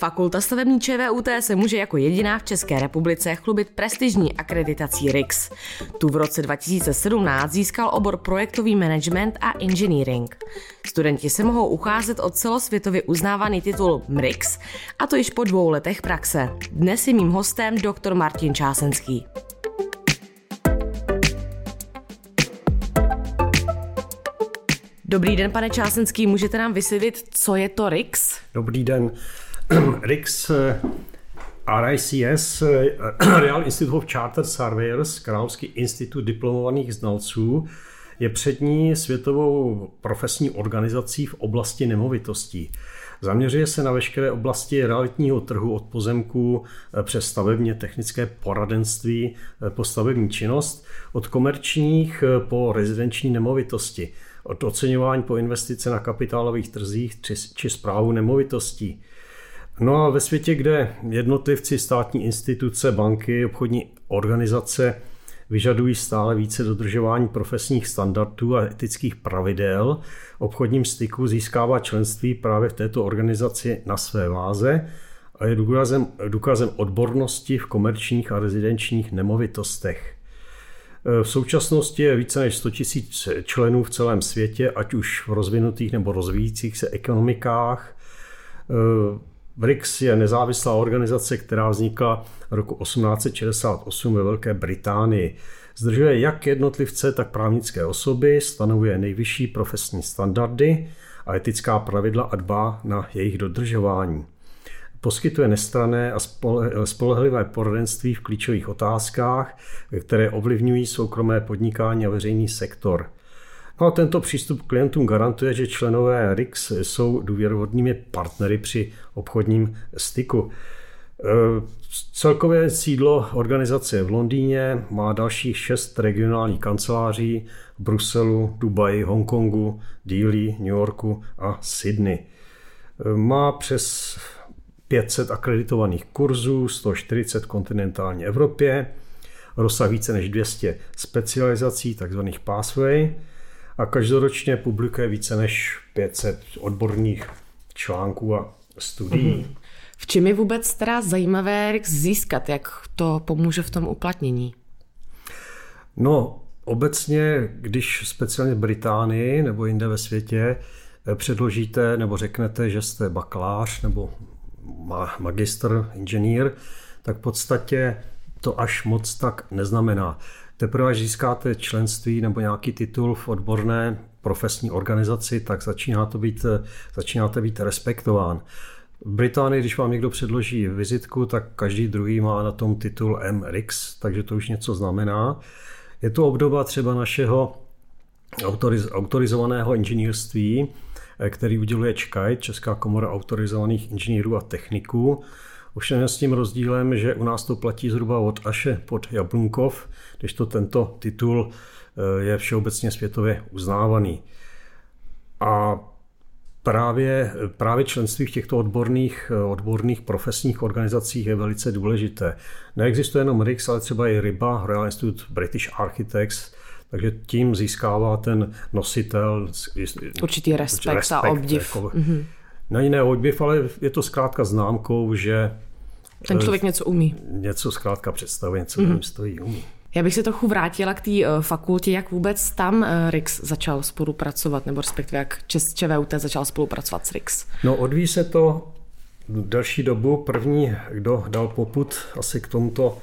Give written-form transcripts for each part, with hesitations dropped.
Fakulta stavební ČVUT se může jako jediná v České republice chlubit prestižní akreditací RICS. Tu v roce 2017 získal obor projektový management a engineering. Studenti se mohou ucházet o celosvětově uznávaný titul MRICS, a to již po 2 letech praxe. Dnes je mým hostem doktor Martin Čásenský. Dobrý den, pane Čásenský, můžete nám vysvětlit, co je to RICS? Dobrý den. RICS, RICS, Royal Institute of Chartered Surveyors, Královský institut diplomovaných znalců, je přední světovou profesní organizací v oblasti nemovitostí. Zaměřuje se na veškeré oblasti realitního trhu od pozemků přes stavebně technické poradenství po stavební činnost, od komerčních po rezidenční nemovitosti, od oceňování po investice na kapitálových trzích či správu nemovitostí. No a ve světě, kde jednotlivci, státní instituce, banky, obchodní organizace vyžadují stále více dodržování profesních standardů a etických pravidel, obchodním styku získává členství právě v této organizaci na své váze a je důkazem odbornosti v komerčních a rezidenčních nemovitostech. V současnosti je více než 100 000 členů v celém světě, ať už v rozvinutých nebo rozvíjících se ekonomikách. RICS je nezávislá organizace, která vznikla roku 1868 ve Velké Británii. Sdružuje jak jednotlivce, tak právnické osoby, stanovuje nejvyšší profesní standardy a etická pravidla a dbá na jejich dodržování. Poskytuje nestranné a spolehlivé poradenství v klíčových otázkách, které ovlivňují soukromé podnikání a veřejný sektor. No a tento přístup k klientům garantuje, že členové RICS jsou důvěryhodnými partnery při obchodním styku. Celkové sídlo organizace je v Londýně, má dalších 6 regionálních kanceláří v Bruselu, Dubaji, Hongkongu, Dili, New Yorku a Sydney. Má přes 500 akreditovaných kurzů, 140 v kontinentální Evropě, rozsah více než 200 specializací, takzvaných pathway, a každoročně publikuje více než 500 odborných článků a studií. V čem je vůbec teda zajímavé RICS získat? Jak to pomůže v tom uplatnění? No, obecně, když speciálně v Británii nebo jinde ve světě předložíte nebo řeknete, že jste bakalář nebo magistr, inženýr, tak v podstatě to až moc tak neznamená. Teprve až získáte členství nebo nějaký titul v odborné profesní organizaci, tak začínáte být respektován. V Británii, když vám někdo předloží vizitku, tak každý druhý má na tom titul MRICS, takže to už něco znamená. Je to obdoba třeba našeho autorizovaného inženýrství, který uděluje ČKAI, Česká komora autorizovaných inženýrů a techniků. Ovšem s tím rozdílem, že u nás to platí zhruba od Aše pod Jablunkov, kdežto tento titul je všeobecně světově uznávaný. A právě členství v těchto odborných profesních organizacích je velice důležité. Neexistuje jenom RICS, ale třeba i RIBA, Royal Institute British Architects, takže tím získává ten nositel určitý respekt a obdiv. Není ne obdiv, ale je to zkrátka známkou, že ten člověk něco umí. Něco zkrátka představuje, něco tam stojí, umí. Já bych se trochu vrátila k té fakultě, jak vůbec tam RICS začal spolupracovat, nebo respektive jak ČVUT začal spolupracovat s RICS. No, odvíjí se to delší dobu. První, kdo dal popud asi k tomuto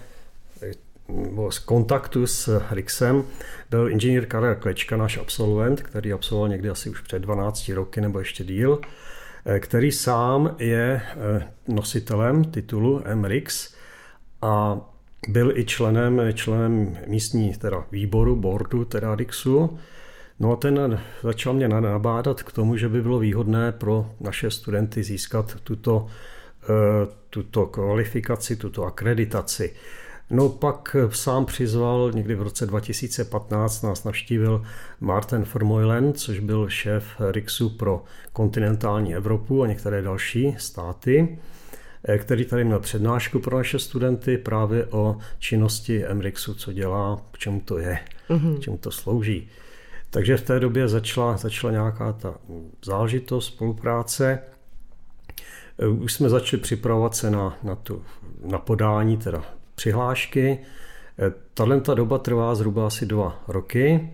kontaktu s RICSem, byl inženýr Karel Klečka, náš absolvent, který absolvoval někdy asi už před 12 roky nebo ještě díl, který sám je nositelem titulu MRICS a byl i členem místní výboru, boardu RICSu. No a ten začal mě nabádat k tomu, že by bylo výhodné pro naše studenty získat tuto kvalifikaci, tuto akreditaci. No pak sám přizval, někdy v roce 2015 nás navštívil Maarten Vermeulen, což byl šéf RICSu pro kontinentální Evropu a některé další státy, který tady měl přednášku pro naše studenty právě o činnosti MRICSu, co dělá, k čemu to je, k čemu to slouží. Takže v té době začala nějaká ta záležitost, spolupráce. Už jsme začali připravovat se na podání teda přihlášky. Ta doba trvá zhruba asi 2 roky.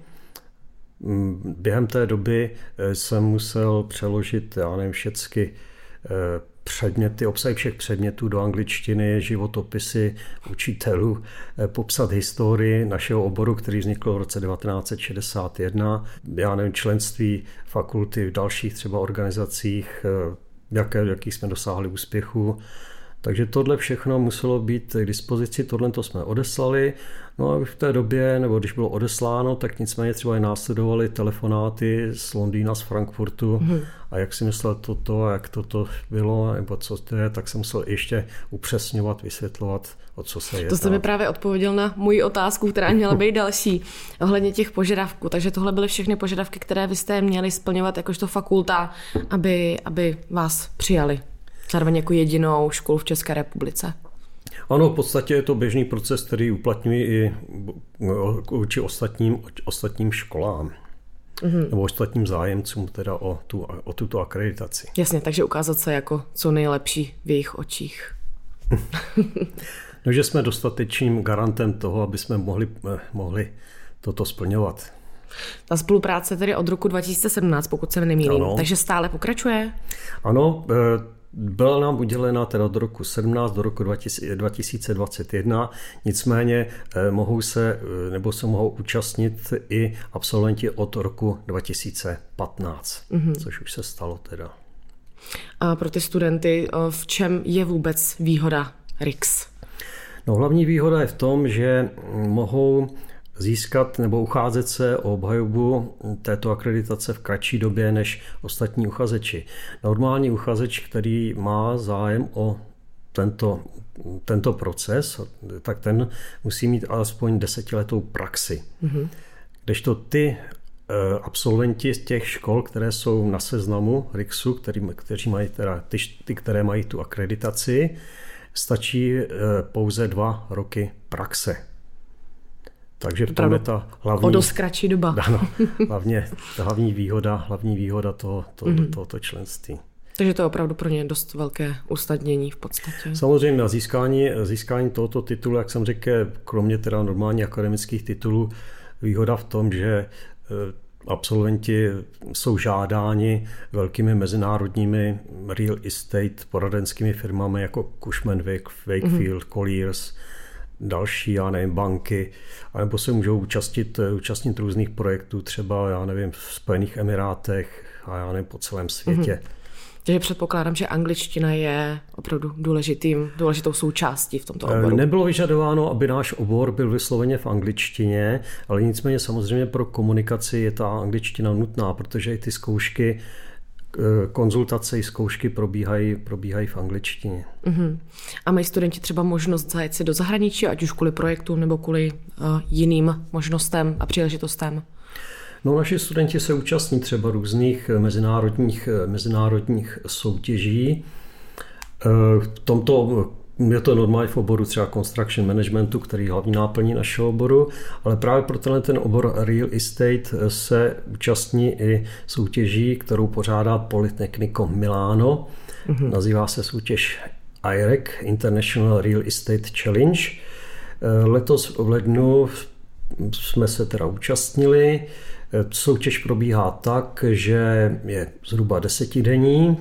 Během té doby jsem musel přeložit, všechny předměty, obsah všech předmětů do angličtiny, životopisy učitelů, popsat historii našeho oboru, který vznikl v roce 1961, členství fakulty v dalších třeba organizacích, jakých jsme dosáhli úspěchu. Takže tohle všechno muselo být k dispozici, tohle to jsme odeslali. No a v té době, nebo když bylo odesláno, tak nicméně třeba i následovaly telefonáty z Londýna, z Frankfurtu a jak si myslel toto a jak toto bylo, nebo co to je, tak jsem musel ještě upřesňovat, vysvětlovat, o co se jedná. To jste mi právě odpověděl na moji otázku, která měla být další, ohledně těch požadavků. Takže tohle byly všechny požadavky, které vy jste měli splňovat jakožto fakulta, aby vás přijali. Zároveň jako jedinou školu v České republice. Ano, v podstatě je to běžný proces, který uplatňují i vůči ostatním školám. Nebo ostatním zájemcům teda o tuto akreditaci. Jasně, takže ukázat se jako co nejlepší v jejich očích. No, že jsme dostatečným garantem toho, aby jsme mohli toto splňovat. Ta spolupráce tedy od roku 2017, pokud se nemýlím, takže stále pokračuje? Ano, byla nám udělena teda do roku 17 do roku 2021, nicméně se mohou účastnit i absolventi od roku 2015, což už se stalo teda. A pro ty studenty, v čem je vůbec výhoda RIX? No, hlavní výhoda je v tom, že mohou získat nebo ucházet se o obhajobu této akreditace v kratší době než ostatní uchazeči. Normální uchazeč, který má zájem o tento proces, tak ten musí mít alespoň 10letou praxi. Kdežto ty absolventi z těch škol, které jsou na seznamu RIXu, kteří mají teda ty, které mají tu akreditaci, stačí pouze 2 roky praxe. Takže v tom je ta hlavní... O dost kratší doba. Ano, hlavní výhoda tohoto členství. Takže to je opravdu pro ně dost velké usnadnění v podstatě. Samozřejmě na získání tohoto titulu, jak jsem řekl, kromě teda normálně akademických titulů, výhoda v tom, že absolventi jsou žádáni velkými mezinárodními real estate poradenskými firmami jako Cushman Wakefield, Colliers, další, banky, anebo se můžou účastnit různých projektů, třeba, v Spojených Emirátech a po celém světě. Takže předpokládám, že angličtina je opravdu důležitou součástí v tomto oboru. Nebylo vyžadováno, aby náš obor byl vysloveně v angličtině, ale nicméně samozřejmě pro komunikaci je ta angličtina nutná, protože i ty zkoušky, konzultace i zkoušky probíhají v angličtině. A mají studenti třeba možnost zajet si do zahraničí, ať už kvůli projektům nebo kvůli jiným možnostem a příležitostem? No, naši studenti se účastní třeba různých mezinárodních soutěží. V tomto je to normálně v oboru třeba construction managementu, který je hlavní náplní našeho oboru, ale právě pro ten obor real estate se účastní i soutěží, kterou pořádá Politecnico Milano. Nazývá se soutěž IREC, International Real Estate Challenge. Letos v lednu jsme se teda účastnili. Soutěž probíhá tak, že je zhruba 10denní.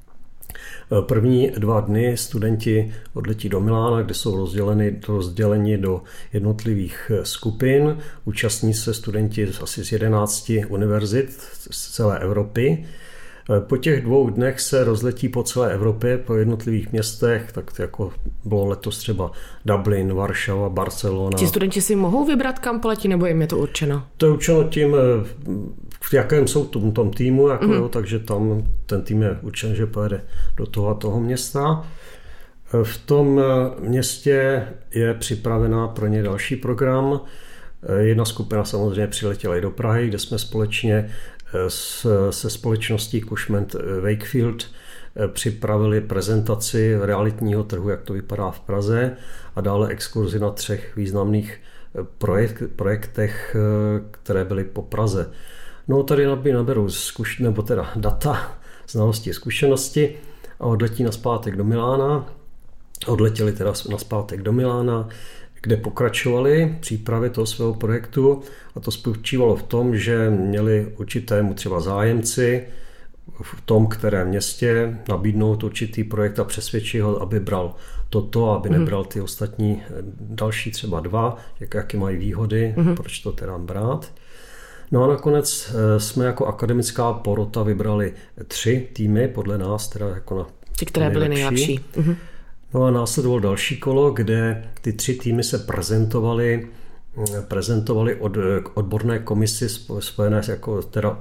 První 2 dny studenti odletí do Milána, kde jsou rozděleni do jednotlivých skupin. Účastní se studenti asi z 11 univerzit z celé Evropy. Po těch 2 dnech se rozletí po celé Evropě, po jednotlivých městech, tak jako bylo letos třeba Dublin, Varšava, Barcelona. Ti studenti si mohou vybrat, kam poletí, nebo jim je to určeno? To je určeno tím, v jakém jsou tom týmu, takže tam ten tým je určen, že pojede do toho a toho města. V tom městě je připravená pro ně další program. Jedna skupina samozřejmě přiletěla i do Prahy, kde jsme společně se společností Cushman Wakefield připravili prezentaci realitního trhu, jak to vypadá v Praze, a dále exkurzi na 3 významných projektech, které byly po Praze. No, tady naberou data, znalosti, zkušenosti a odletěli teda nazpátek do Milána, kde pokračovali přípravy toho svého projektu a to spočívalo v tom, že měli určitému třeba zájemci v tom, kterém městě nabídnout určitý projekt a přesvědčit ho, aby bral toto, aby nebral ty ostatní další třeba 2, jaké mají výhody, proč to teda brát. No a nakonec jsme jako akademická porota vybrali 3 týmy, podle nás teda jako na ty, které byly nejlepší. No a následovalo další kolo, kde ty 3 týmy se prezentovali odborné komisi spojené jako teda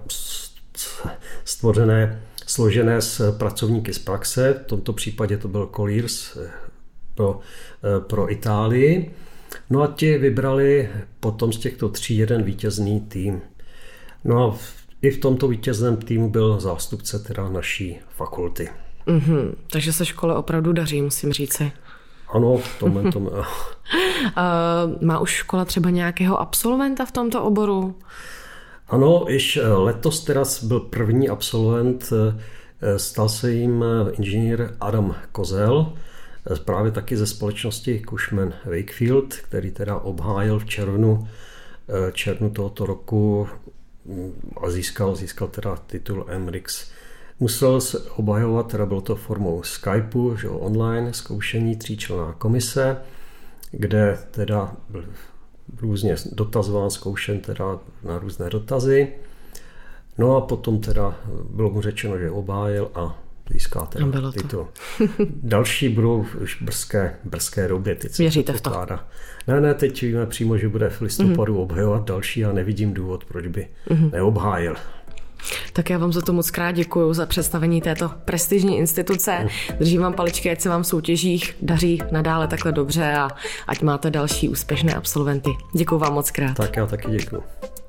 složené z pracovníky z praxe. V tomto případě to byl Colliers pro Itálii. No a ti vybrali potom z těchto 3 jeden vítězný tým. No a i v tomto vítězném týmu byl zástupce teda naší fakulty. Takže se škole opravdu daří, musím říci. Ano, to. Má už škola třeba nějakého absolventa v tomto oboru? Ano, již letos teda byl první absolvent, stal se jim inženýr Adam Kozel, právě taky ze společnosti Cushman Wakefield, který teda obhájil v červnu tohoto roku a získal teda titul MRIX. Musel se obhajovat, teda bylo to formou Skypeu, že online zkoušení 3členná komise, kde teda byl různě dotazován, zkoušen teda na různé dotazy. No a potom teda bylo mu řečeno, že obhájil a získá teda titul. Další budou už brzké době. Věříte v to? Ne, teď víme přímo, že bude v listopadu obhajovat další a nevidím důvod, proč by neobhájil. Tak já vám za to moc krát děkuju za představení této prestižní instituce. Držím vám paličky, ať se vám v soutěžích daří nadále takhle dobře a ať máte další úspěšné absolventy. Děkuju vám moc krát. Tak já taky děkuju.